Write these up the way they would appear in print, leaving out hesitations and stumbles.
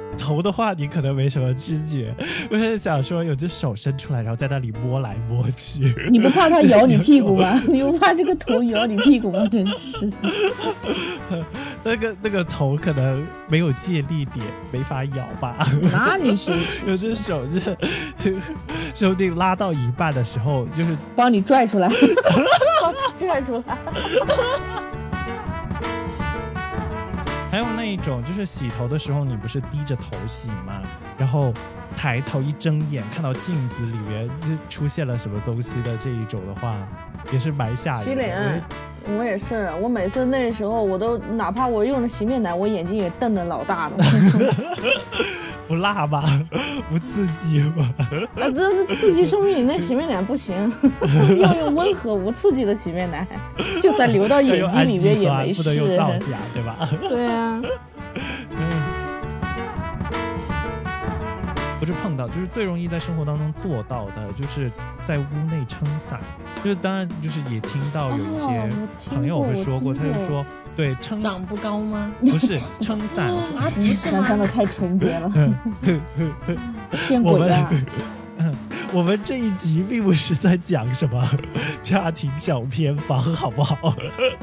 头的话你可能没什么知觉，我是想说有只手伸出来然后在那里摸来摸去。 你不怕它咬你屁股吗？你不怕这个头咬你屁股吗？真是那个头可能没有借力点，没法咬吧。 那你是有只手是说不定拉到一半的时候就是帮你拽出来拽出来。 还有那一种就是洗头的时候你不是低着头洗吗，然后抬头一睁眼看到镜子里面就出现了什么东西的这一种的话也是蛮吓人的。 洗脸我也是，我每次那时候我都哪怕我用了洗面奶我眼睛也瞪得老大了。 不辣吧？不刺激吧？ 这刺激说明你那洗面奶不行。要用温和无刺激的洗面奶，就算流到眼睛里面也没事， 不能用造假对吧？ 对啊。 不是碰到，就是最容易在生活当中做到的，就是在屋内撑伞。就是当然就是也听到有一些朋友会说过，他就说对撑长不高吗？ 不是撑伞啊，不是吗？ 真的太纯洁了。见鬼啊！ 我们这一集并不是在讲什么家庭小偏方，好不好？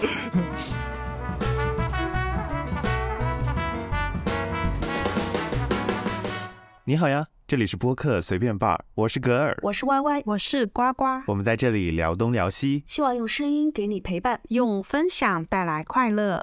你好呀，这里是播客随便bar，我是格尔， 我是歪歪， 我是呱呱。 我们在这里聊东聊西， 希望用声音给你陪伴， 用分享带来快乐。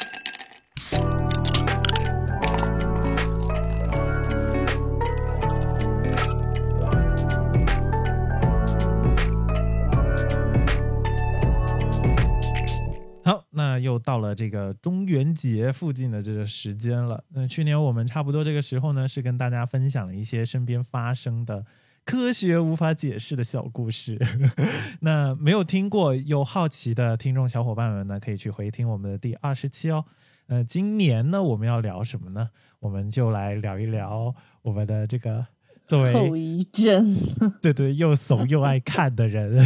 好，那又到了这个中元节附近的这个时间了。那去年我们差不多这个时候呢，是跟大家分享了一些身边发生的科学无法解释的小故事。那没有听过有好奇的听众小伙伴们呢，可以去回听我们的第20期哦。今年呢我们要聊什么呢？我们就来聊一聊我们的这个作为后遗症， 对对，又怂又爱看的人，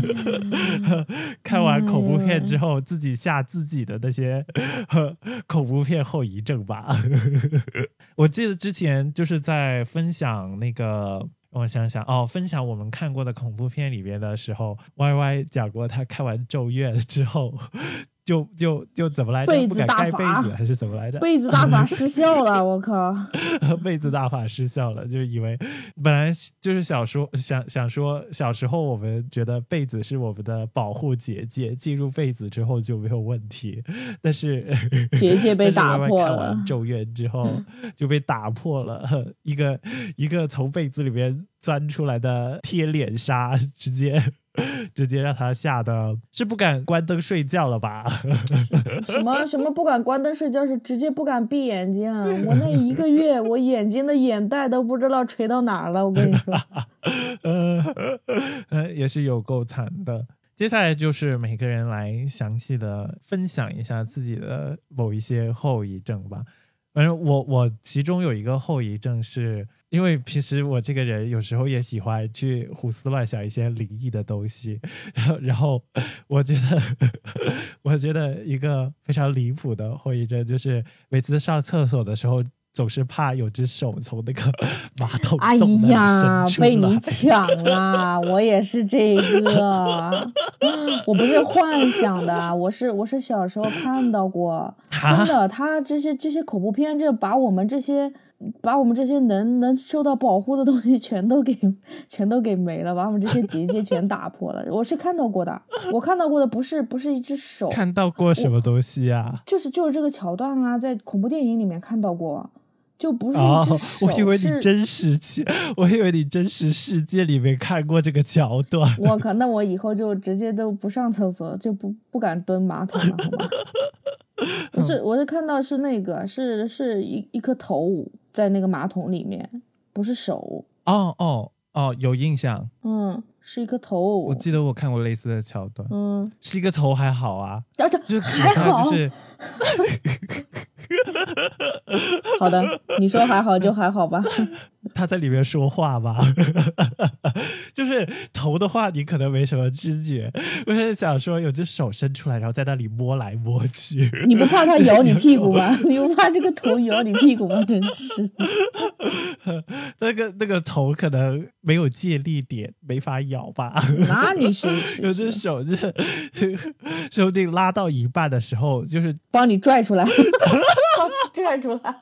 看完恐怖片之后自己吓自己的那些恐怖片后遗症吧。我记得之前就是在分享那个，我想想哦，分享我们看过的恐怖片里边的时候，Y Y 讲过他看完咒怨之后。就怎么来着？不敢盖被子还是怎么来着？ 被子大法失效了，我靠！ 被子大法失效了，就以为本来就是想说小时候我们觉得被子是我们的保护结界，进入被子之后就没有问题，但是结界被打破了。 看完咒怨之后就被打破了，一个从被子里面钻出来的贴脸杀，直接让他吓得是不敢关灯睡觉了吧？ 什么不敢关灯睡觉，是直接不敢闭眼睛。我那1个月，我眼睛的眼袋都不知道垂到哪儿了。我跟你说， 也是有够惨的。接下来就是每个人来详细的分享一下自己的某一些后遗症吧。反正我其中有一个后遗症是，因为平时我这个人有时候也喜欢去胡思乱想一些灵异的东西，然后我觉得一个非常离谱的后遗症就是每次上厕所的时候总是怕有只手从那个马桶洞那里伸出来。哎呀， 被你抢了！我也是这个，我不是幻想的，我是小时候看到过，真的，他这些恐怖片，这把我们这些能受到保护的东西全都给没了，把我们这些结界全打破了。我是看到过的，我看到过的不是一只手。 看到过什么东西啊？ 就是这个桥段啊，在恐怖电影里面看到过。就不是一只手， 我以为你真实世界里面看过这个桥段。 我靠，那我以后就直接都不上厕所，就不敢蹲马桶了，好吧？我是看到是那个是一颗头在那个马桶里面，不是手。 哦，有印象。 是一颗头。 我记得我看过类似的桥段。是一个头还好啊， 就还好， 就是好的，你说还好就还好吧。 他在里面说话吧，就是头的话你可能没什么知觉，我是想说有只手伸出来然后在那里摸来摸去。 你不怕他咬你屁股吗？你不怕这个头咬你屁股吗？真是那个头可能没有借力点，没法咬吧。 那你是有只手就是说不定拉到一半的时候就是帮你拽出来拽出来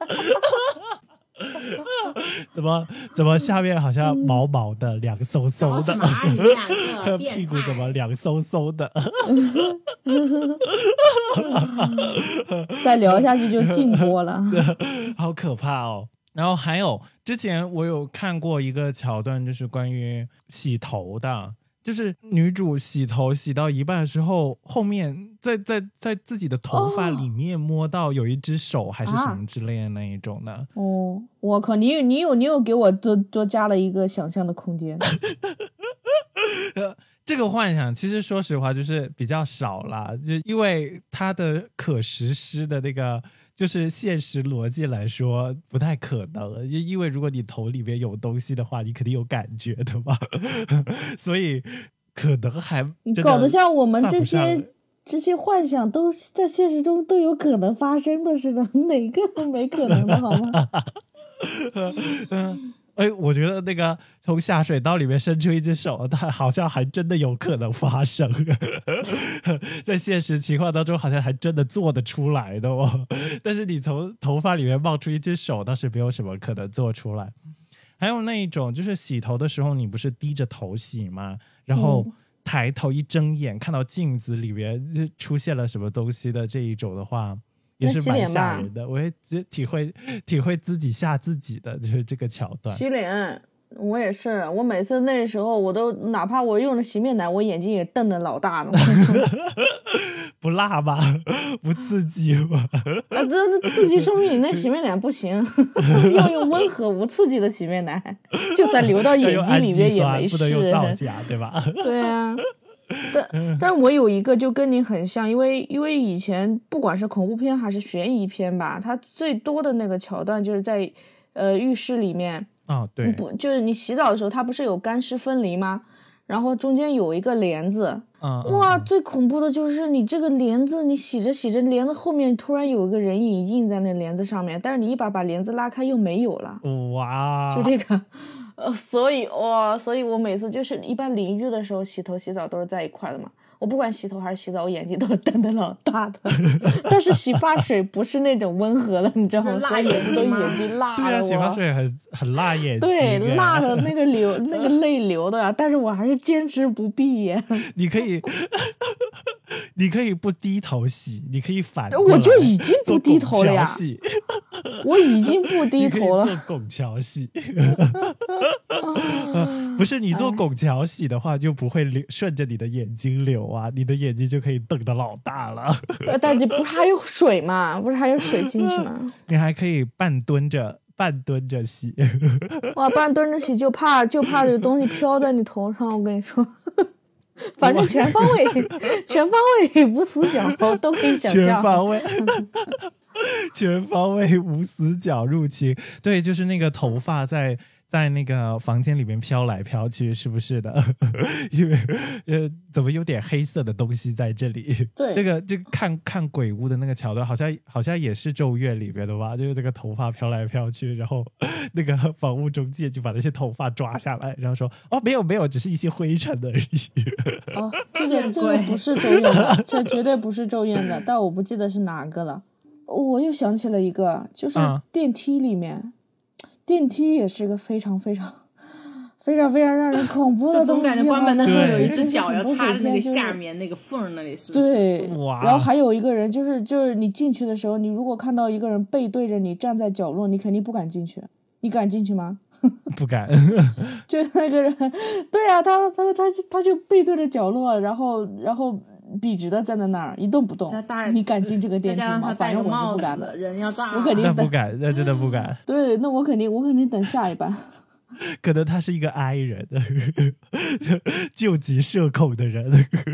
怎么下面好像毛毛的凉飕飕的， 你们两个屁股怎么凉飕飕的。 再聊下去就禁播了。 好可怕哦。然后还有之前我有看过一个桥段，就是关于洗头的，就是女主洗头洗到一半的时候，后面在自己的头发里面摸到有一只手还是什么之类的那一种的。 哦，我靠，你有给我多加了一个想象的空间。 这个幻想其实说实话就是比较少啦，就因为它的可实施的那个就是现实逻辑来说不太可能，因为如果你头里面有东西的话你肯定有感觉的嘛。所以可能还你搞得像我们这算不上这些幻想都在现实中都有可能发生的似的，哪个都没可能的好吗？ 我觉得那个从下水道里面伸出一只手，它好像还真的有可能发生。在现实情况当中好像还真的做得出来的哦。但是你从头发里面冒出一只手倒是没有什么可能做出来。还有那一种就是洗头的时候你不是低着头洗吗，然后抬头一睁眼看到镜子里面就出现了什么东西的这一种的话也是蛮吓人的。我也体会自己吓自己的就是这个桥段。 洗脸我也是，我每次那时候我都哪怕我用了洗面奶我眼睛也瞪得老大了。 不辣吧？不刺激吧？ 这刺激说明你那洗面奶不行。要用温和无刺激的洗面奶，就算流到眼睛里面也没事， 不能用造假对吧？ 对啊。但我有一个就跟你很像，因为以前不管是恐怖片还是悬疑片吧，它最多的那个桥段就是在浴室里面。 哦，对， 不就是你洗澡的时候它不是有干湿分离吗？然后中间有一个帘子。哇，最恐怖的就是你这个帘子你洗着洗着帘子后面突然有一个人影印在那帘子上面，但是你一把帘子拉开又没有了。 哇， 就这个。所以我每次就是一般淋浴的时候洗头洗澡都是在一块的嘛，我不管洗头还是洗澡我眼睛都是瞪得老大的。但是洗发水不是那种温和的你知道吗？ 辣眼睛吗？ 眼睛辣的。 对啊，洗发水很辣眼睛。 对，辣的那个泪流的，但是我还是坚持不闭眼。 你可以不低头洗，你可以反过来我就已经不低头了呀。我已经不低头了。 你可以做拱桥洗。不是你做拱桥洗的话就不会顺着你的眼睛流啊，你的眼睛就可以瞪得老大了。 但是不是还有水吗？不是还有水进去吗？ 你还可以半蹲着洗。 哇，半蹲着洗就怕这个东西飘在你头上，我跟你说。反正全方位无死角都可以想象。 全方位无死角入侵。对，就是那个头发在那个房间里面飘来飘去，是不是的？因为怎么有点黑色的东西在这里？ 对， 那个就看鬼屋的那个桥段，好像也是咒怨里面的吧？就是那个头发飘来飘去，然后那个房屋中介就把那些头发抓下来，然后说：“哦，没有，只是一些灰尘而已。” 哦，这个不是咒怨的，这绝对不是咒怨的，但我不记得是哪个了。我又想起了一个，就是电梯里面。电梯也是个非常让人恐怖的东西。 总感觉关门的时候有一只脚要插在那个下面那个缝那里，是不是？ 对，然后还有一个人，就是你进去的时候，你如果看到一个人背对着你站在角落，你肯定不敢进去。你敢进去吗？ 不敢。 就是那个人，对啊，他就背对着角落，然后笔直的站在那儿一动不动。你敢进这个电梯吗？反正我是不敢的。 人要炸了， 我肯定那不敢，那真的不敢。 对，那我肯定等下一班。 可能他是一个 I 人，救急社恐的人。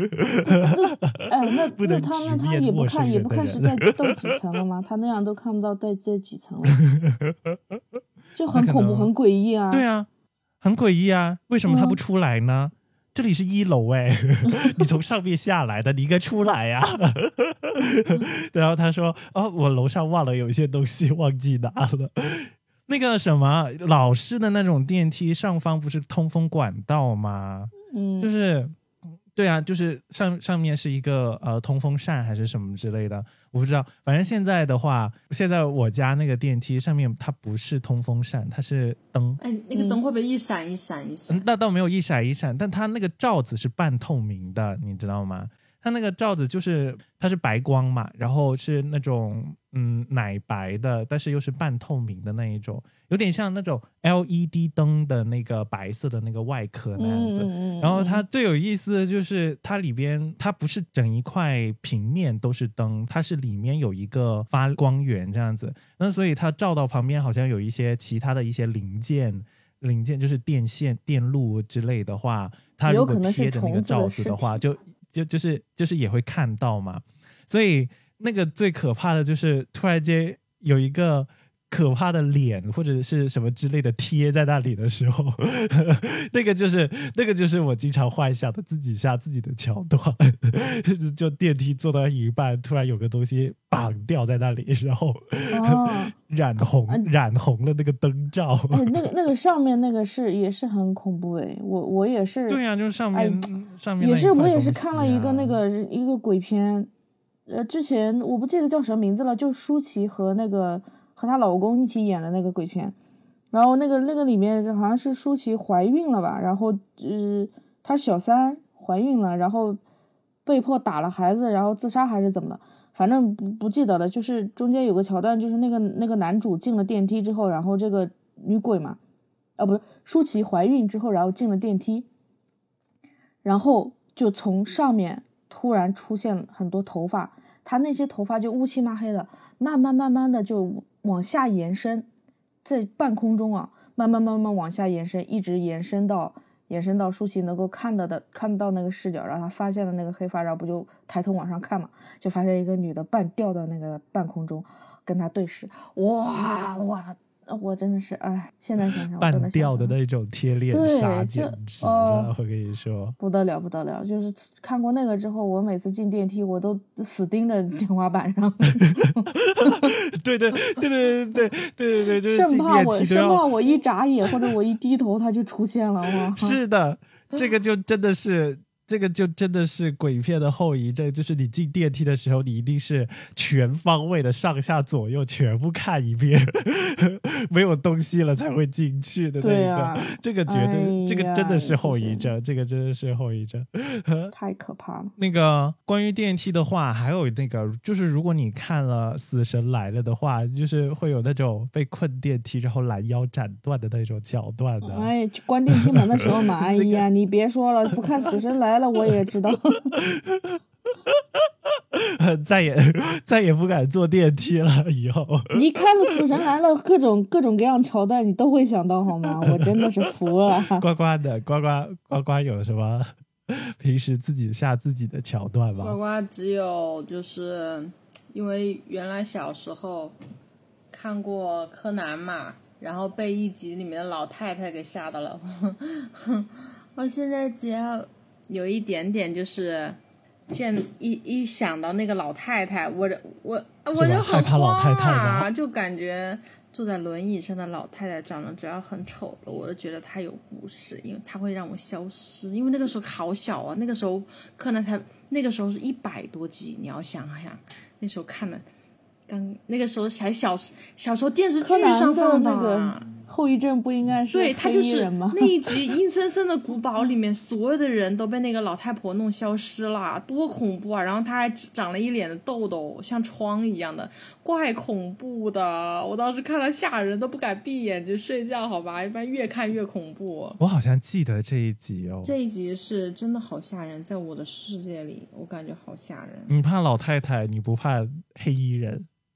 那他也不看是在到几层了吗？他那样都看不到在几层了，就很恐怖很诡异啊。 对啊，很诡异啊，为什么他不出来呢？这里是1楼哎，你从上面下来的，你应该出来呀。然后他说我楼上忘了有一些东西忘记拿了。那个什么老式的那种电梯上方不是通风管道吗？就是对啊，就是上面是一个通风扇还是什么之类的，我不知道。反正现在的话，现在我家那个电梯上面它不是通风扇，它是灯。 哎，那个灯会不会一闪一闪一闪？ 那倒没有一闪一闪，但它那个罩子是半透明的，你知道吗？它那个罩子就是它是白光嘛，然后是那种奶白的，但是又是半透明的那一种，有点像那种 LED 灯的那个白色的那个外壳那样子。然后它最有意思的就是它里边它不是整一块平面都是灯，它是里面有一个发光源这样子，那所以它照到旁边好像有一些其他的一些零件就是电线电路之类的话，它如果贴着那个罩子的话就是也会看到嘛。所以那个最可怕的就是突然间有一个可怕的脸或者是什么之类的贴在那里的时候，那个就是我经常幻想的自己吓自己的桥段。就电梯坐到一半，突然有个东西绑掉在那里，然后染红了那个灯罩。 那个上面那个也是很恐怖哎，我也是。 对啊，就是上面也是我也是看了一个一个鬼片，之前我不记得叫什么名字了，就舒淇和她老公一起演的那个鬼片，然后那个里面好像是舒淇怀孕了吧，然后她小三怀孕了，然后被迫打了孩子，然后自杀还是怎么的，反正不记得了。就是中间有个桥段，就是那个男主进了电梯之后，然后这个女鬼嘛，不是舒淇怀孕之后，然后进了电梯，然后就从上面突然出现很多头发，她那些头发就乌漆嘛黑的，慢慢的就往下延伸，在半空中啊，慢慢往下延伸，一直延伸到舒淇能够看到那个视角，然后他发现了那个黑发，然后不就抬头往上看嘛，就发现一个女的半吊到那个半空中，跟他对视，哇！我真的是现在想想半吊的那种贴脸杀简直了，我跟你说不得了。就是看过那个之后，我每次进电梯我都死盯着天花板上。 对，就是生怕我一眨眼或者我一低头它就出现了。哇， 是的，这个就真的是鬼片的后遗症，就是你进电梯的时候，你一定是全方位的上下左右全部看一遍，没有东西了才会进去的那一个。这个绝对，这个真的是后遗症，这个真的是后遗症， 太可怕了。 那个关于电梯的话，还有那个就是如果你看了《死神来了》的话，就是会有那种被困电梯然后拦腰斩断的那种桥段的。 关电梯门的时候嘛，哎呀，你别说了，不看《死神来了》我也知道。 再也不敢坐电梯了，以后你看了《死神来了》各种各样桥段，你都会想到好吗？我真的是服了。 呱呱有什么平时自己吓自己的桥段吗？ 呱呱只有就是因为原来小时候看过柯南嘛，然后被一集里面的老太太给吓到了。我现在只要有一点点就是一想到那个老太太，我就很害怕老太太吗？ 就感觉坐在轮椅上的老太太长得只要很丑的，我都觉得她有故事，因为她会让我消失。因为那个时候好小啊，那个时候柯南那个时候是100多集，你要想想，那时候看的。那个时候才小时候电视剧上放的那个后遗症不应该是黑衣人吗？ 对，他就是那一集阴森森的古堡里面所有的人都被那个老太婆弄消失了，多恐怖啊！然后他还长了一脸的痘痘，像疮一样的，怪恐怖的。我当时看了吓人，都不敢闭眼睛睡觉，好吧？一般越看越恐怖。 我好像记得这一集哦， 这一集是真的好吓人，在我的世界里，我感觉好吓人。 你怕老太太，你不怕黑衣人？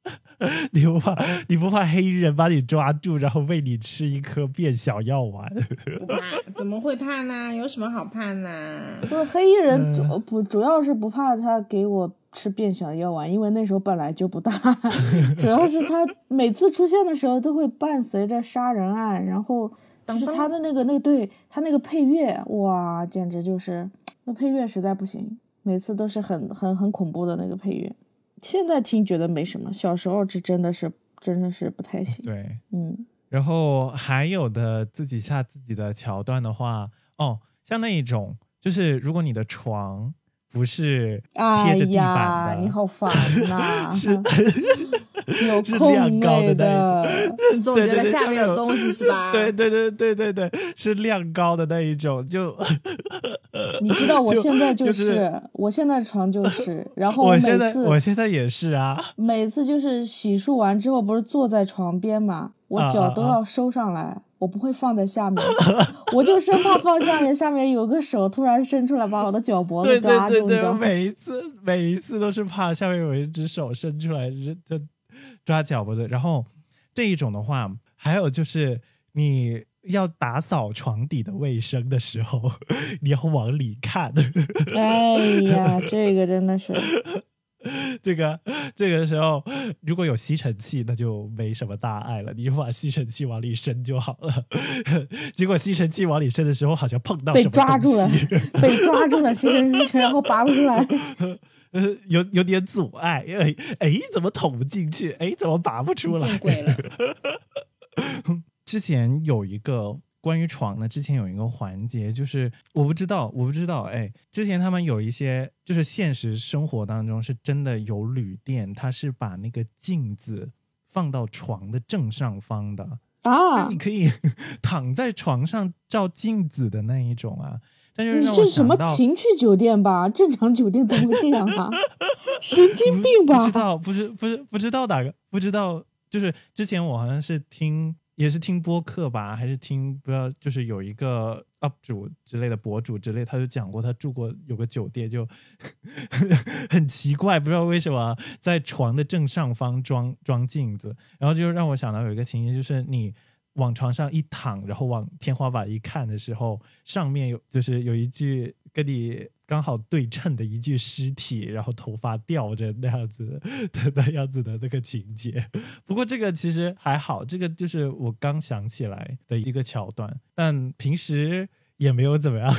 你不怕黑衣人把你抓住，然后喂你吃一颗变小药丸？ 不怕，怎么会怕呢？有什么好怕呢？ 不是黑衣人主要是不怕他给我吃变小药丸，因为那时候本来就不大，主要是他每次出现的时候都会伴随着杀人案，然后就是他的那个对他那个配乐，哇，简直就是那配乐实在不行，每次都是很恐怖的那个配乐。现在听觉得没什么，小时候这真的是不太行。 对，然后还有的自己吓自己的桥段的话，像那一种，就是如果你的床不是贴着地板的， 哎呀，你好烦呐！ 是有是亮高的那一种， 你总觉得下面有东西是吧？ 对，是亮高的那一种，就你知道我现在就是我现在床就是，然后我现在也是啊， 每次就是洗漱完之后不是坐在床边嘛，我脚都要收上来，我不会放在下面，我就生怕放下面有个手突然伸出来把我的脚脖子抓住。 对，每一次都是怕下面有一只手伸出来就抓脚脖子。然后这一种的话，还有就是你要打扫床底的卫生的时候，你要往里看。 哎呀，这个真的是。 这个时候如果有吸尘器那就没什么大碍了，你就把吸尘器往里伸就好了。结果吸尘器往里伸的时候好像碰到什么东西， 被抓住了吸尘器，然后拔不出来。 有点阻碍，怎么捅不进去？怎么拔不出来？ 见鬼了！ 之前有一个关于床呢，之前有一个环节，就是我不知道，之前他们有一些就是现实生活当中是真的有旅店，他是把那个镜子放到床的正上方的啊，你可以躺在床上照镜子的那一种啊。但是你是什么情趣酒店吧？正常酒店怎么会这样啊？神经病吧？ 不知道，不知道哪个，不知道，就是之前我好像是也是听播客吧，还是听不知道，就是有一个 UP 主之类的博主之类，他就讲过他住过有个酒店，就很奇怪，不知道为什么在床的正上方装镜子，然后就让我想到有一个情节，就是你往床上一躺，然后往天花板一看的时候，上面有一具跟你刚好对称的一具尸体，然后头发吊着那样子的那个情节。不过这个其实还好，这个就是我刚想起来的一个桥段，但平时也没有怎么样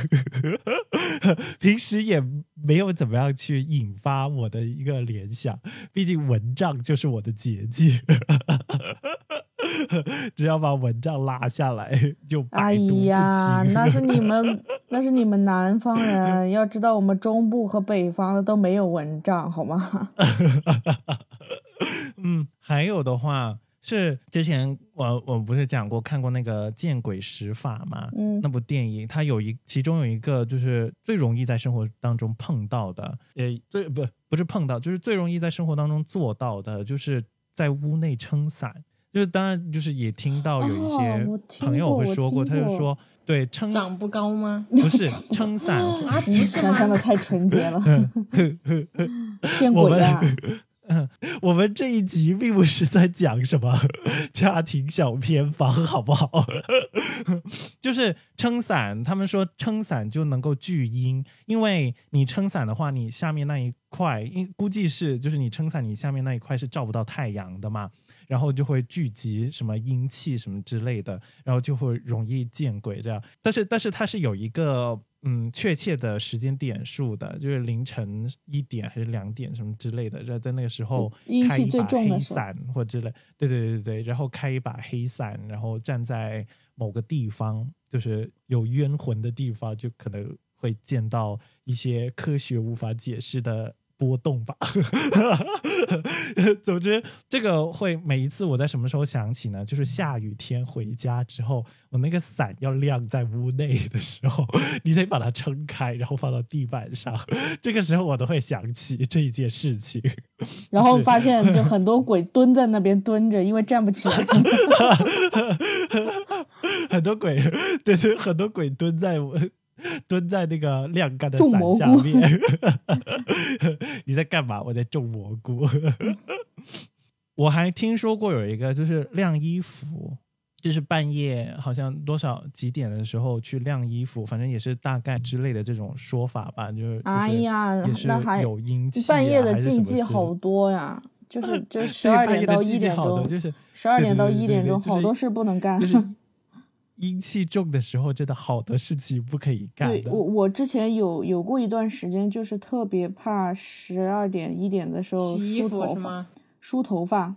去引发我的一个联想，毕竟蚊帐就是我的捷径。只要把蚊帐拉下来就百毒不侵。 哎呀，那是你们南方人，要知道我们中部和北方的都没有蚊帐好吗？ 还有的话是之前我不是讲过看过那个见鬼10法嘛，那部电影它其中有一个就是最容易在生活当中碰到的，不是碰到，就是最容易在生活当中做到的，就是在屋内撑伞。就是当然就是也听到有一些朋友会说过，他就说对长不高吗？ 不是撑伞啊，不是吗？ 真的太纯洁了。见鬼呀！ 我们这一集并不是在讲什么家庭小偏方好不好？就是撑伞，他们说撑伞就能够聚阴，因为你撑伞的话，你下面那一块估计是就是你撑伞你下面那一块是照不到太阳的嘛，然后就会聚集什么阴气什么之类的，然后就会容易见鬼这样。但是它是有一个确切的时间点数的，就是凌晨1点还是2点什么之类的，在那个时候开一把黑伞或之类，对，然后开一把黑伞，然后站在某个地方，就是有冤魂的地方，就可能会见到一些科学无法解释的波动吧。总之这个会每一次我在什么时候想起呢，就是下雨天回家之后，我那个伞要晾在屋内的时候，你得把它撑开然后放到地板上，这个时候我都会想起这一件事情。 然后发现就很多鬼蹲在那边蹲着，因为站不起来。 很多鬼，对，很多鬼蹲在那个晾干的伞下面。你在干嘛？我在种蘑菇。 我还听说过有一个就是晾衣服，就是半夜好像几点的时候去晾衣服，反正也是大概之类的这种说法吧， 哎呀， 也是有阴气、 半夜的禁忌好多呀，就12点到1点钟， 就是 12点到1点钟，好多事不能干。 就是阴气重的时候，真的好多事情不可以干的。 对，我之前有过一段时间，就是特别怕12点1点的时候梳头发，梳头发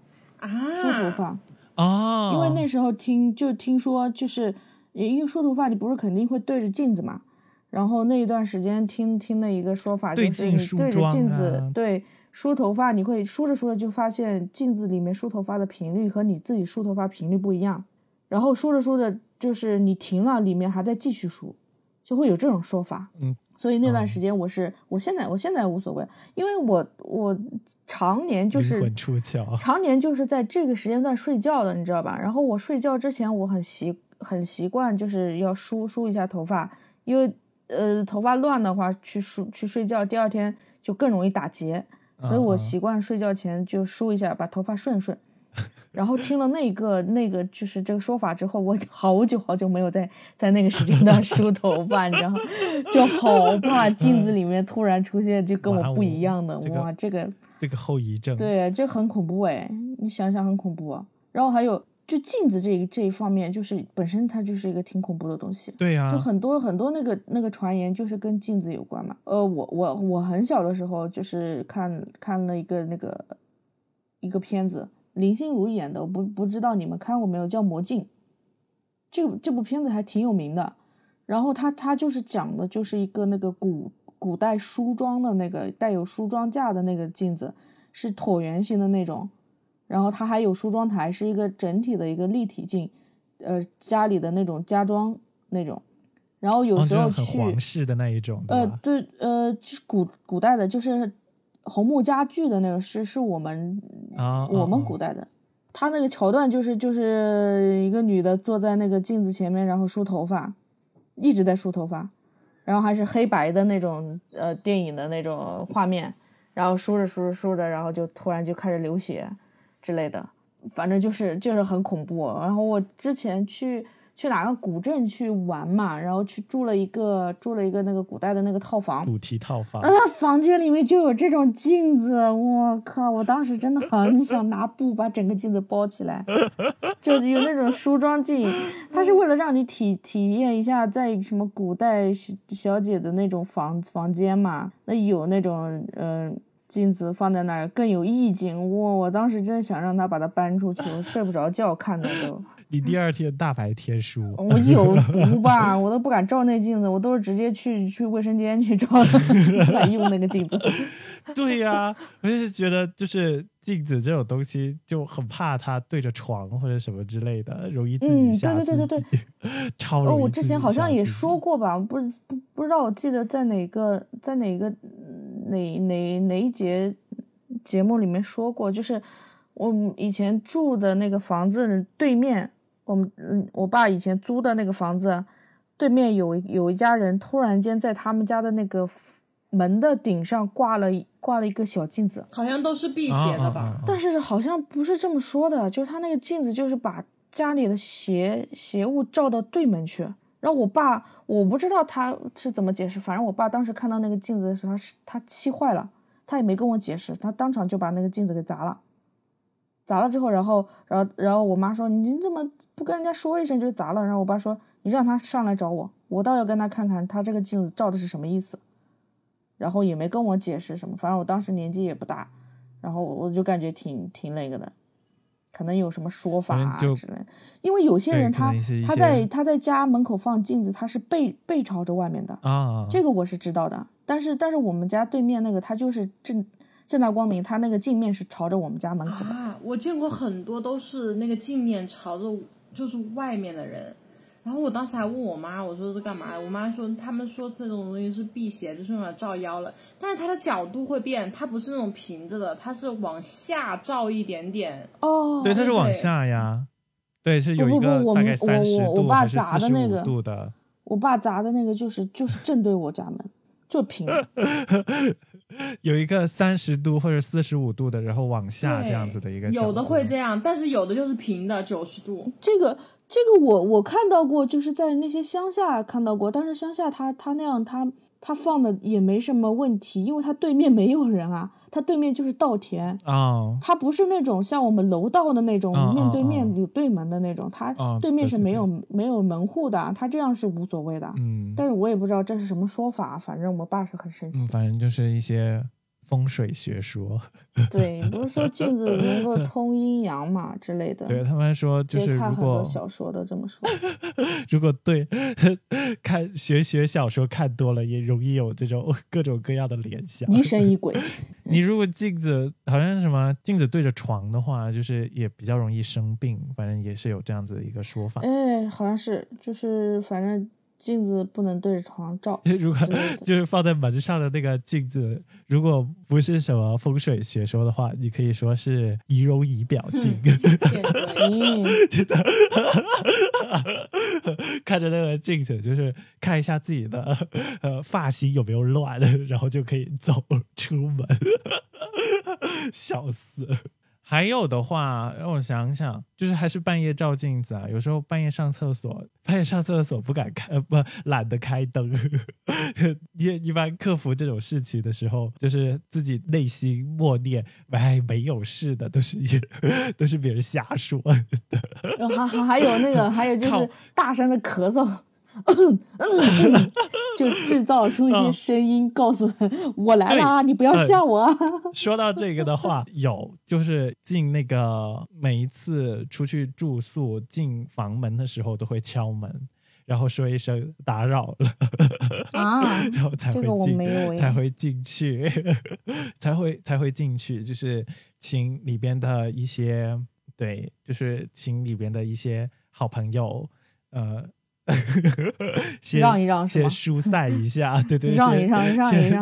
哦， 因为那时候听说，就是因为梳头发你不是肯定会对着镜子嘛，然后那一段时间听了一个说法，就是你对着镜子对梳头发，你会梳着梳着就发现镜子里面梳头发的频率和你自己梳头发频率不一样，然后梳着梳着就是你停了，里面还在继续梳，就会有这种说法。所以那段时间我现在无所谓，因为我常年就是灵魂出窍， 常年就是在这个时间段睡觉的，你知道吧？然后我睡觉之前我很习惯就是要梳一下头发，因为头发乱的话去睡觉，第二天就更容易打结，所以我习惯睡觉前就梳一下，把头发顺。然后听了那个就是这个说法之后，我好久没有在那个时间段梳头发，你知道吗？就好怕镜子里面突然出现就跟我不一样的，哇，这个后遗症， 对，这很恐怖哎，你想想很恐怖啊。然后还有就镜子这一方面，就是本身它就是一个挺恐怖的东西。 对呀， 就很多那个传言就是跟镜子有关嘛。我很小的时候就是看了一个片子。林心如演的，我不知道你们看过没有，叫《魔镜》。这部片子还挺有名的。然后它就是讲的就是一个那个古代梳妆的那个带有梳妆架的那个镜子，是椭圆形的那种。然后它还有梳妆台，是一个整体的一个立体镜，家里的那种家装那种。然后有时候去很皇室的那一种， 对，就是古代的，就是红木家具的那种，是我们古代的。他那个桥段就是一个女的坐在那个镜子前面，然后梳头发，一直在梳头发，然后还是黑白的那种电影的那种画面，然后梳着，然后就突然就开始流血之类的，反正就是很恐怖。然后我之前去哪个古镇去玩嘛，然后去住了一个那个古代的那个套房， 主题套房， 房间里面就有这种镜子，我靠！我当时真的很想拿布把整个镜子包起来，就有那种梳妆镜，它是为了让你体验一下在什么古代小姐的那种房间嘛，那有那种镜子放在那儿更有意境。我当时真的想让他把它搬出去，我睡不着觉看的都。 你第二天大白天梳， 我有毒吧，我都不敢照那镜子，我都是直接去卫生间去照的，不敢用那个镜子。 对呀，我就是觉得就是镜子这种东西就很怕它对着床或者什么之类的，容易自己吓自己。 对， 超容易。 我之前好像也说过吧，不知道，我记得在哪一节节目里面说过，就是我以前住的那个房子对面，我爸以前租的那个房子对面有一家人突然间在他们家的那个门的顶上挂了一个小镜子， 好像都是辟邪的吧？ 但是好像不是这么说的，就是他那个镜子就是把家里的邪物照到对门去。然后我不知道他是怎么解释，反正我爸当时看到那个镜子的时候，他气坏了，他也没跟我解释，他当场就把那个镜子给砸了。砸了之后，然后我妈说你怎么不跟人家说一声就砸了？然后我爸说你让他上来找我，我倒要跟他看看他这个镜子照的是什么意思。然后也没跟我解释什么，反正我当时年纪也不大，然后我就感觉挺那个的，可能有什么说法啊之类的。因为有些人他在家门口放镜子，他是背朝着外面的啊，这个我是知道的。但是我们家对面那个他就是正大光明，他那个镜面是朝着我们家门口的啊。我见过很多都是那个镜面朝着就是外面的人，然后我当时还问我妈，我说是干嘛？我妈说他们说这种东西是辟邪，就是用来照妖了。但是它的角度会变，它不是那种平着的，它是往下照一点点。 哦， 对，它是往下呀。对，是有一个大概30度还是45度的。 我爸砸的那个就是正对我家门，就平了。 有一个30度或者45度的，然后往下这样子的一个角度。 有的会这样，但是有的就是平的90度。 这个我看到过，就是在那些乡下看到过，但是乡下他那样他放的也没什么问题，因为他对面没有人啊，他对面就是稻田他不是那种像我们楼道的那种面对面有对门的那种，他对面是没有门户的，他这样是无所谓的。但是我也不知道这是什么说法，反正我爸是很生气。 反正就是一些风水学说。对， 不是说镜子能够通阴阳嘛之类的。 对，他们说就是如果看很多小说都这么说。 如果对看学小说看多了，也容易有这种各种各样的联想， 疑神疑鬼。 你如果镜子好像什么镜子对着床的话，就是也比较容易生病，反正也是有这样子的一个说法。 好像是，就是反正镜子不能对着床照。 如果就是放在门上的那个镜子，如果不是什么风水学说的话，你可以说是仪容仪表镜。真的看着那个镜子，就是看一下自己的发型有没有乱，然后就可以走出门。笑死。还有的话让我想想，就是还是半夜照镜子啊，有时候半夜上厕所不敢懒得开灯。一般克服这种事情的时候，就是自己内心默念没有事的，都是别人瞎说的。 还有就是大声的咳嗽。就制造出一些声音，告诉我来了，你不要吓我啊。 说到这个的话，就是进那个每一次出去住宿进房门的时候都会敲门，然后说一声打扰了然后才会进去，才会进去，就是请里边的一些就是请里边的一些好朋友让一让是吗？ 先疏散一下，对， 让一让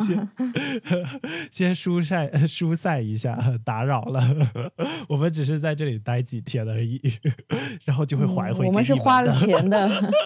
先疏散一下，打扰了。我们只是在这里待几天而已，然后就会还回给你们的。 我们是花了钱的。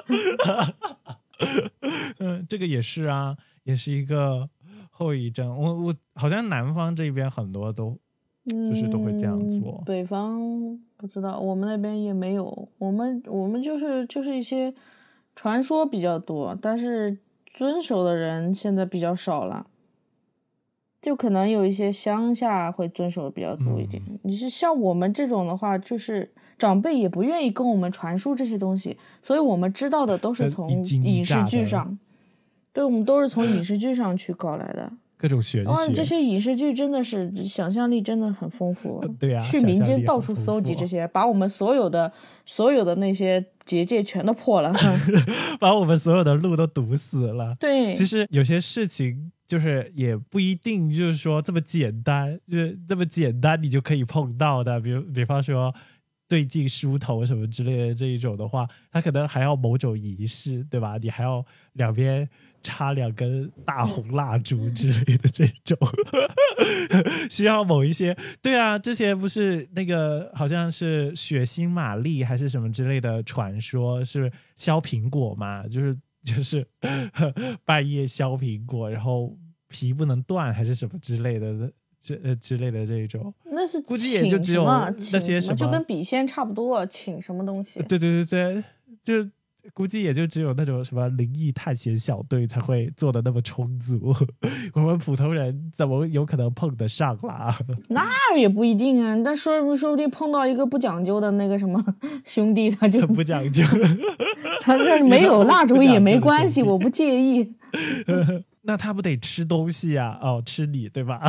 这个也是啊，也是一个后遗症。我好像南方这边很多都就是都会这样做， 北方不知道，我们那边也没有。我们就是一些传说比较多，但是遵守的人现在比较少了，就可能有一些乡下会遵守的比较多一点。你是像我们这种的话，就是长辈也不愿意跟我们传输这些东西，所以我们知道的都是从影视剧上，对，我们都是从影视剧上去搞来的。 各种玄学， 这些影视剧真的是想象力真的很丰富。 对啊， 去民间到处搜集这些，把我们所有的那些结界全都破了， 把我们所有的路都堵死了。 对， 其实有些事情就是也不一定就是说这么简单，就是这么简单你就可以碰到的。比方说对镜梳头什么之类的这一种的话，它可能还要某种仪式，对吧？你还要两边插2根大红蜡烛之类的这种需要某一些。对啊，之前不是那个好像是血腥玛丽还是什么之类的传说，是削苹果嘛，就是半夜削苹果，然后皮不能断还是什么之类的之类的这种。 那是估计也就只有那些什么， 就跟笔仙差不多，请什么东西。 对，就估计也就只有那种什么灵异探险小队才会做的那么充足，我们普通人怎么有可能碰得上啦？ 那也不一定啊，但说不定碰到一个不讲究的那个什么兄弟，他就不讲究， 他没有蜡烛也没关系，我不介意。 那他不得吃东西啊？哦，吃你对吧？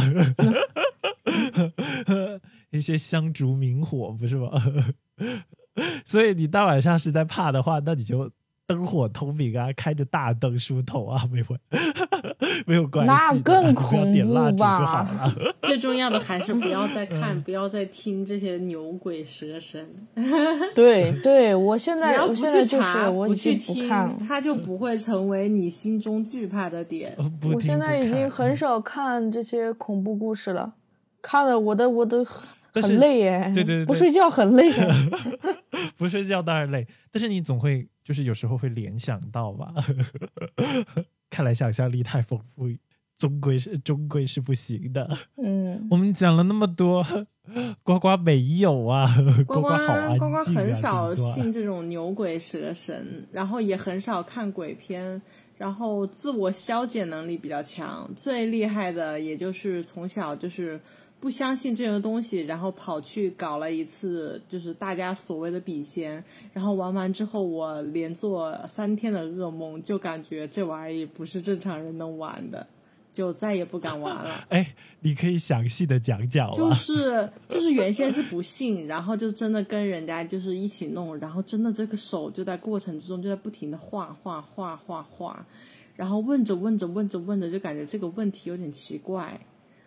一些香烛明火不是吗？所以你大晚上实在怕的话，那你就灯火通明啊，开着大灯梳头啊，没有关系， 那更恐怖吧？ 最重要的还是不要再看，不要再听这些牛鬼蛇神。 对，我现在就是我已经不看了， 它就不会成为你心中惧怕的点。 我现在已经很少看这些恐怖故事了，看了我都很累耶。 对， 不睡觉很累。 不睡觉当然累，但是你总会就是有时候会联想到吧。看来想象力太丰富， 终归是不行的。 嗯， 我们讲了那么多，呱呱没有啊， 呱呱好安静啊， 呱呱很少这一段信这种牛鬼蛇神，然后也很少看鬼片，然后自我消解能力比较强。最厉害的也就是从小就是不相信这个东西，然后跑去搞了一次就是大家所谓的笔仙，然后玩完之后我连做3天的噩梦，就感觉这玩意不是正常人能玩的，就再也不敢玩了。 哎，你可以详细的讲讲吗？ 就是原先是不信，然后就真的跟人家就是一起弄，然后真的这个手就在过程之中就在不停的画，然后问着就感觉这个问题有点奇怪，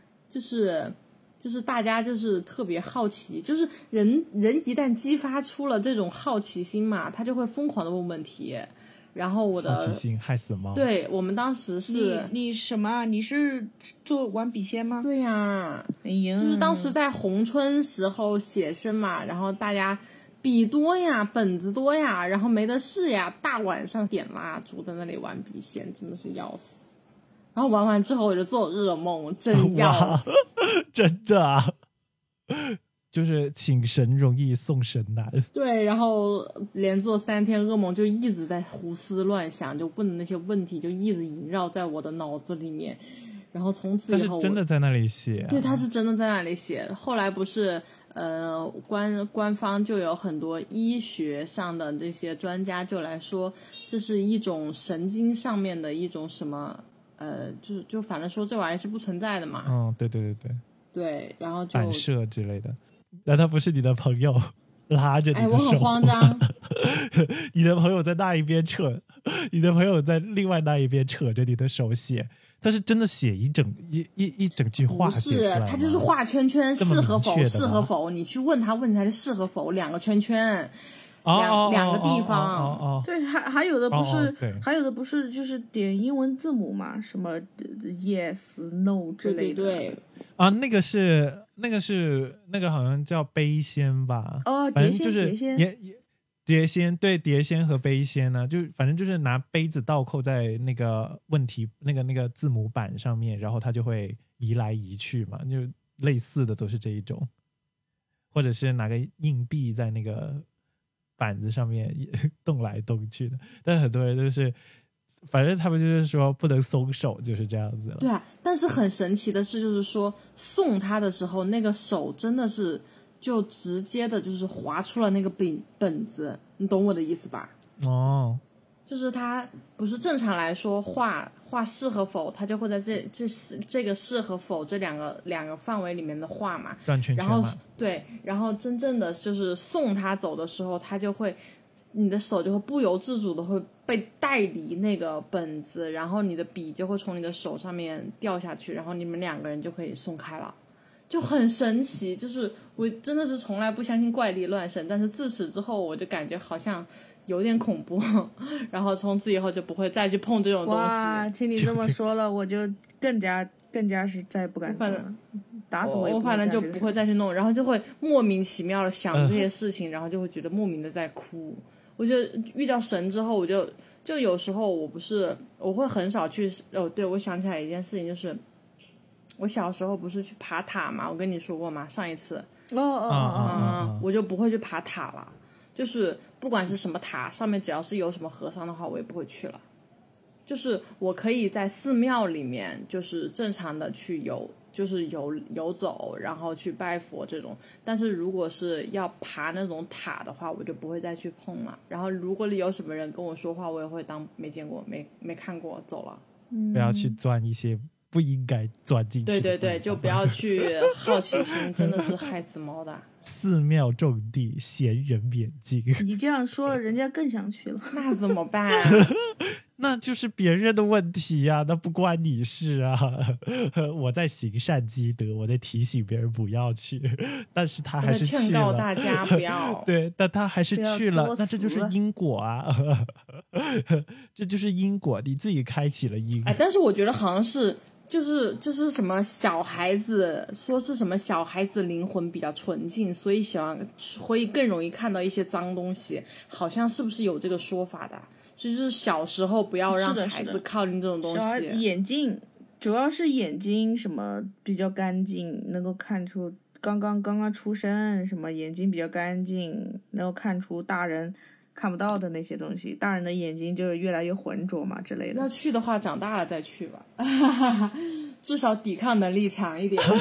就是大家就是特别好奇，就是人一旦激发出了这种好奇心嘛，他就会疯狂的问问题。然后我的好奇心害死猫。 对，我们当时是你什么？你是玩笔仙吗？ 对呀， 哎呀， 就是当时在红春时候写生嘛，然后大家笔多呀，本子多呀，然后没得事呀，大晚上点蜡烛在那里玩笔仙，真的是要死。然后玩完之后我就做噩梦，真要死。 真的啊，就是请神容易送神难。 对，然后连做3天噩梦，就一直在胡思乱想，就问的那些问题就一直萦绕在我的脑子里面。然后从此以后他是真的在那里写、啊， 对，他是真的在那里写。后来不是官方就有很多医学上的这些专家就来说，这是一种神经上面的一种什么就反正说这玩意是不存在的嘛。 嗯，对， 对，然后就反射之类的。难道不是你的朋友拉着你的手？ 我很慌张。 你的朋友在那一边扯，你的朋友在另外那一边扯着你的手写，他是真的写一整句话写出来吗？ 不是，他就是画圈圈， 这么是和否， 明确的吗是和否，你去问他就是和否，2个圈圈。 两个地方。 对，还有的不是， 对， 还有的不是就是点英文字母嘛，什么 yes no 之类的。 对啊，那个好像叫杯仙吧？ 哦， 反正就是碟仙，对，碟仙和杯仙呢，就反正就是拿杯子倒扣在那个问题那个字母板上面，然后它就会移来移去嘛，就类似的都是这一种，或者是拿个硬币在那个板子上面动来动去的，但是很多人都是，反正他们就是说不能松手，就是这样子了。 对啊，但是很神奇的是，就是说送他的时候，那个手真的是就直接的，就是划出了那个本子，你懂我的意思吧？ 哦， 就是他不是正常来说画是和否，他就会在这个是和否这两个范围里面的画嘛， 转圈圈嘛。 然后对，然后真正的就是送他走的时候，他就会，你的手就会不由自主的会被带离那个本子，然后你的笔就会从你的手上面掉下去，然后你们2个人就可以松开了。就很神奇，就是我真的是从来不相信怪力乱神，但是自此之后我就感觉好像有点恐怖，然后从此以后就不会再去碰这种东西。 哇，听你这么说了，我就更加是再也不敢碰了，打死我反正就不会再去弄，然后就会莫名其妙的想这些事情，然后就会觉得莫名的在哭。我就遇到神之后，我就有时候我会很少去对，我想起来一件事情，就是我小时候不是去爬塔嘛，我跟你说过吗？上一次我就不会去爬塔了，就是不管是什么塔，上面只要是有什么和尚的话，我也不会去了。就是我可以在寺庙里面，就是正常的去游走，然后去拜佛这种。但是如果是要爬那种塔的话，我就不会再去碰了。然后如果有什么人跟我说话，我也会当没见过、没看过，走了。 不要去钻一些不应该钻进去的。 对，就不要去好奇心，真的是害死猫的。 寺庙种地，闲人免进。 你这样说，人家更想去了。 那怎么办？ 那就是别人的问题呀，那不关你事啊。我在行善积德，我在提醒别人不要去，但是他还是去了。 劝告大家不要。 对，但他还是去了，那这就是因果啊。这就是因果，你自己开启了因。 但是我觉得好像是。就是什么小孩子，说是什么小孩子灵魂比较纯净，所以会更容易看到一些脏东西，好像是不是有这个说法的？就是小时候不要让孩子靠近这种东西。 小孩眼镜主要是眼睛什么比较干净，能够看出刚刚出生，什么眼睛比较干净，能够看出大人看不到的那些东西。大人的眼睛就是越来越浑浊嘛之类的。 要去的话，长大了再去吧，至少抵抗能力强一点。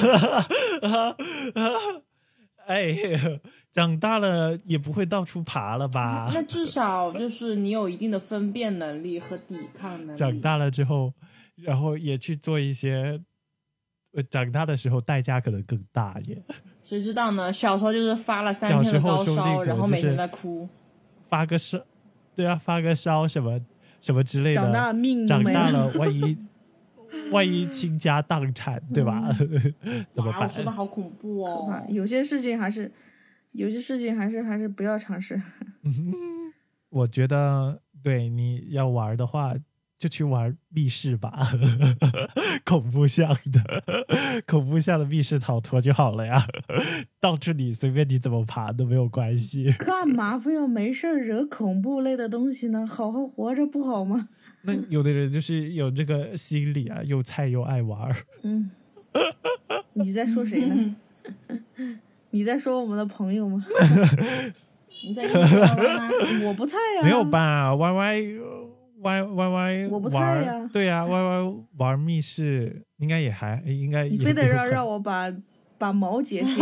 哎，长大了也不会到处爬了吧？ 那至少就是你有一定的分辨能力和抵抗能力。 长大了之后，然后也去做一些，长大的时候代价可能更大耶。 谁知道呢？小时候就是发了3天的高烧，然后每天在哭， 发个烧，对啊，发个烧什么什么之类的。 长大命长大了，万一倾家荡产，对吧？怎么办？ 我说的好恐怖哦！ 有些事情还是不要尝试。 我觉得，对，你要玩的话，就去玩密室吧，恐怖向的密室逃脱就好了呀，到处你随便你怎么爬都没有关系。 干嘛非要没事惹恐怖类的东西呢？好好活着不好吗？ 那有的人就是有这个心理啊，又菜又爱玩。 你在说谁呢？你在说我们的朋友吗？ 你在说吗？ 我不菜呀。 没有吧？Y 我不菜呀。 对呀，Y 玩密室应该也还应该。 你非得让我把毛姐点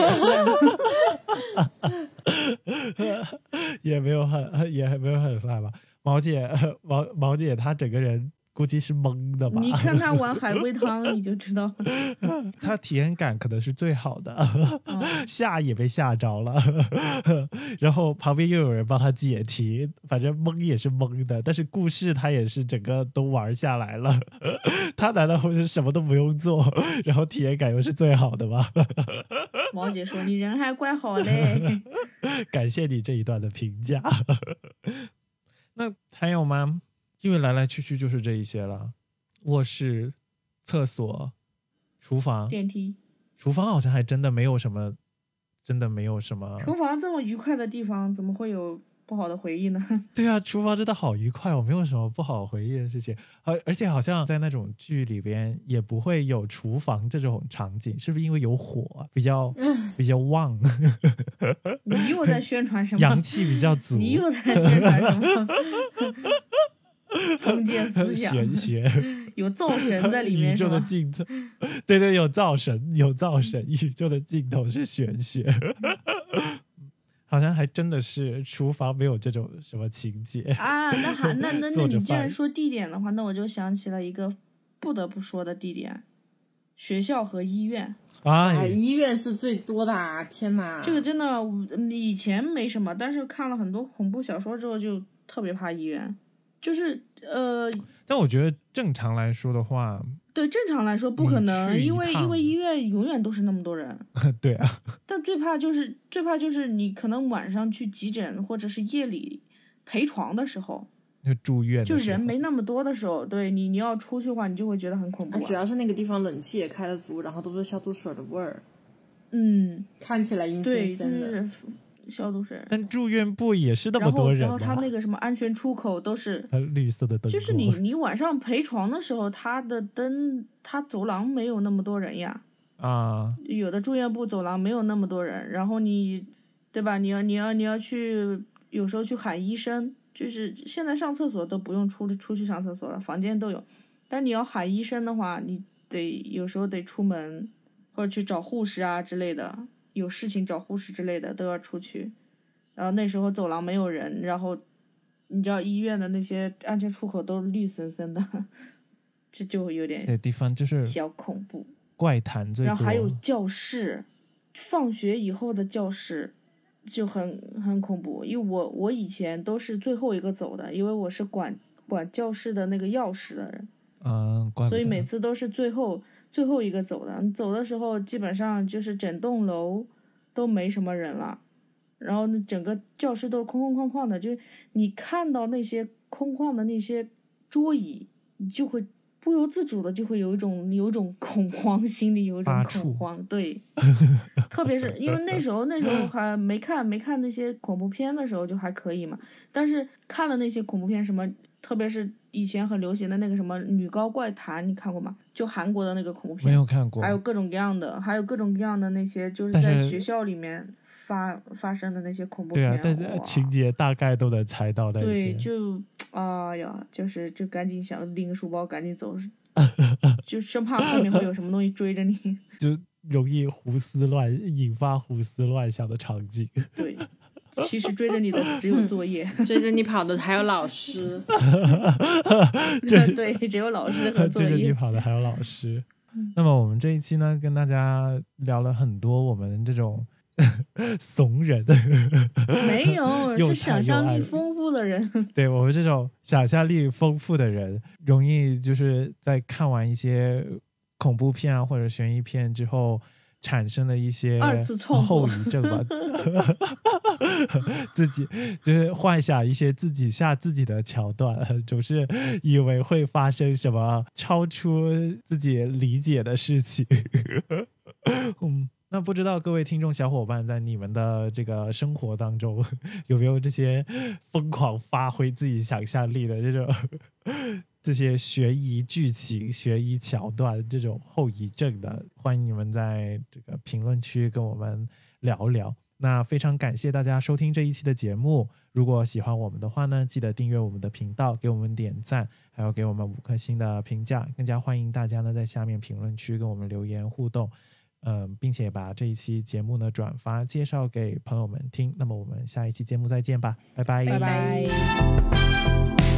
烂。 也没有很烂吧？毛姐她整个人估计是懵的吧？ 你看她玩海龟汤你就知道。 她体验感可能是最好的，吓也被吓着了，然后旁边又有人帮她解题，反正懵也是懵的，但是故事她也是整个都玩下来了。她难道会是什么都不用做，然后体验感又是最好的吗？ 毛姐说你人还怪好嘞。 感谢你这一段的评价。那还有吗？因为来来去去就是这一些了，卧室、厕所、厨房、 电梯。 厨房好像还真的没有什么。 厨房这么愉快的地方，怎么会有不好的回忆呢？ 对啊，厨房真的好愉快，我没有什么不好回忆的事情。而且好像在那种剧里边也不会有厨房这种场景，是不是因为有火比较旺？ 你又在宣传什么？ 阳气比较足。 你又在宣传什么？封建思想， 玄学， 有灶神在里面， 宇宙的尽头，对，有灶神，宇宙的尽头是玄学。好像还真的是厨房没有这种什么情节啊。那你既然说地点的话，那我就想起了一个不得不说的地点，学校和医院。 医院是最多的啊！天哪， 这个真的以前没什么，但是看了很多恐怖小说之后就特别怕医院。就是但我觉得正常来说的话， 对，正常来说不可能，因为医院永远都是那么多人。 对啊。 但最怕就是你可能晚上去急诊或者是夜里陪床的时候， 就住院的时候， 就人没那么多的时候，对你要出去的话，你就会觉得很恐怖。 主要是那个地方冷气也开得足，然后都是消毒水的味儿，看起来阴森森的。 对，消毒水。 但住院部也是那么多人， 然后他那个什么安全出口都是绿色的灯， 就是你晚上陪床的时候，他的灯，他走廊没有那么多人呀。有的住院部走廊没有那么多人，然后你，对吧？你要去，有时候去喊医生，就是现在上厕所都不用出去上厕所了，房间都有。但你要喊医生的话，你有时候得出门，或者去找护士啊之类的。有事情找护士之类的都要出去，然后那时候走廊没有人，然后你知道医院的那些安全出口都是绿森森的，这就有点这地方就是小恐怖， 怪谈最多。 然後还有教室，放学以后的教室就很恐怖，因为我以前都是最后一个走的，因为我是管教室的那个钥匙的人，所以每次都是最后一个走的。走的时候基本上就是整栋楼都没什么人了，然后整个教室都是空空旷旷的，就是你看到那些空旷的那些桌椅，你就会不由自主的就会有一种恐慌，心里有一种恐慌。对，特别是因为那时候还没看那些恐怖片的时候就还可以嘛，但是看了那些恐怖片什么，特别是以前很流行的那个什么女高怪谈，你看过吗？就韩国的那个恐怖片。 没有看过。 还有各种各样的那些，就是在学校里面发生的那些恐怖片。 对啊，但情节大概都能猜到的一些。 对，就就赶紧想拎个书包赶紧走，就生怕后面会有什么东西追着你， 就容易引发胡思乱想的场景。 对。其实追着你的只有作业， 追着你跑的还有老师。 对，只有老师和作业。 追着你跑的还有老师。那么我们这一期呢，跟大家聊了很多我们这种怂人， 没有，是想象力丰富的人。 对，我们这种想象力丰富的人，容易就是在看完一些恐怖片啊或者悬疑片之后产生的一些后遗症吧。自己就是幻想一些自己吓自己的桥段，总是以为会发生什么超出自己理解的事情。那不知道各位听众小伙伴在你们的这个生活当中有没有这些疯狂发挥自己想象力的这些悬疑剧情、悬疑桥段这种后遗症的，欢迎你们在这个评论区跟我们聊聊。那非常感谢大家收听这一期的节目，如果喜欢我们的话呢，记得订阅我们的频道，给我们点赞，还有给我们5颗星的评价，更加欢迎大家呢在下面评论区跟我们留言互动，并且把这一期节目呢转发介绍给朋友们听。那么我们下一期节目再见吧，拜拜， 拜拜。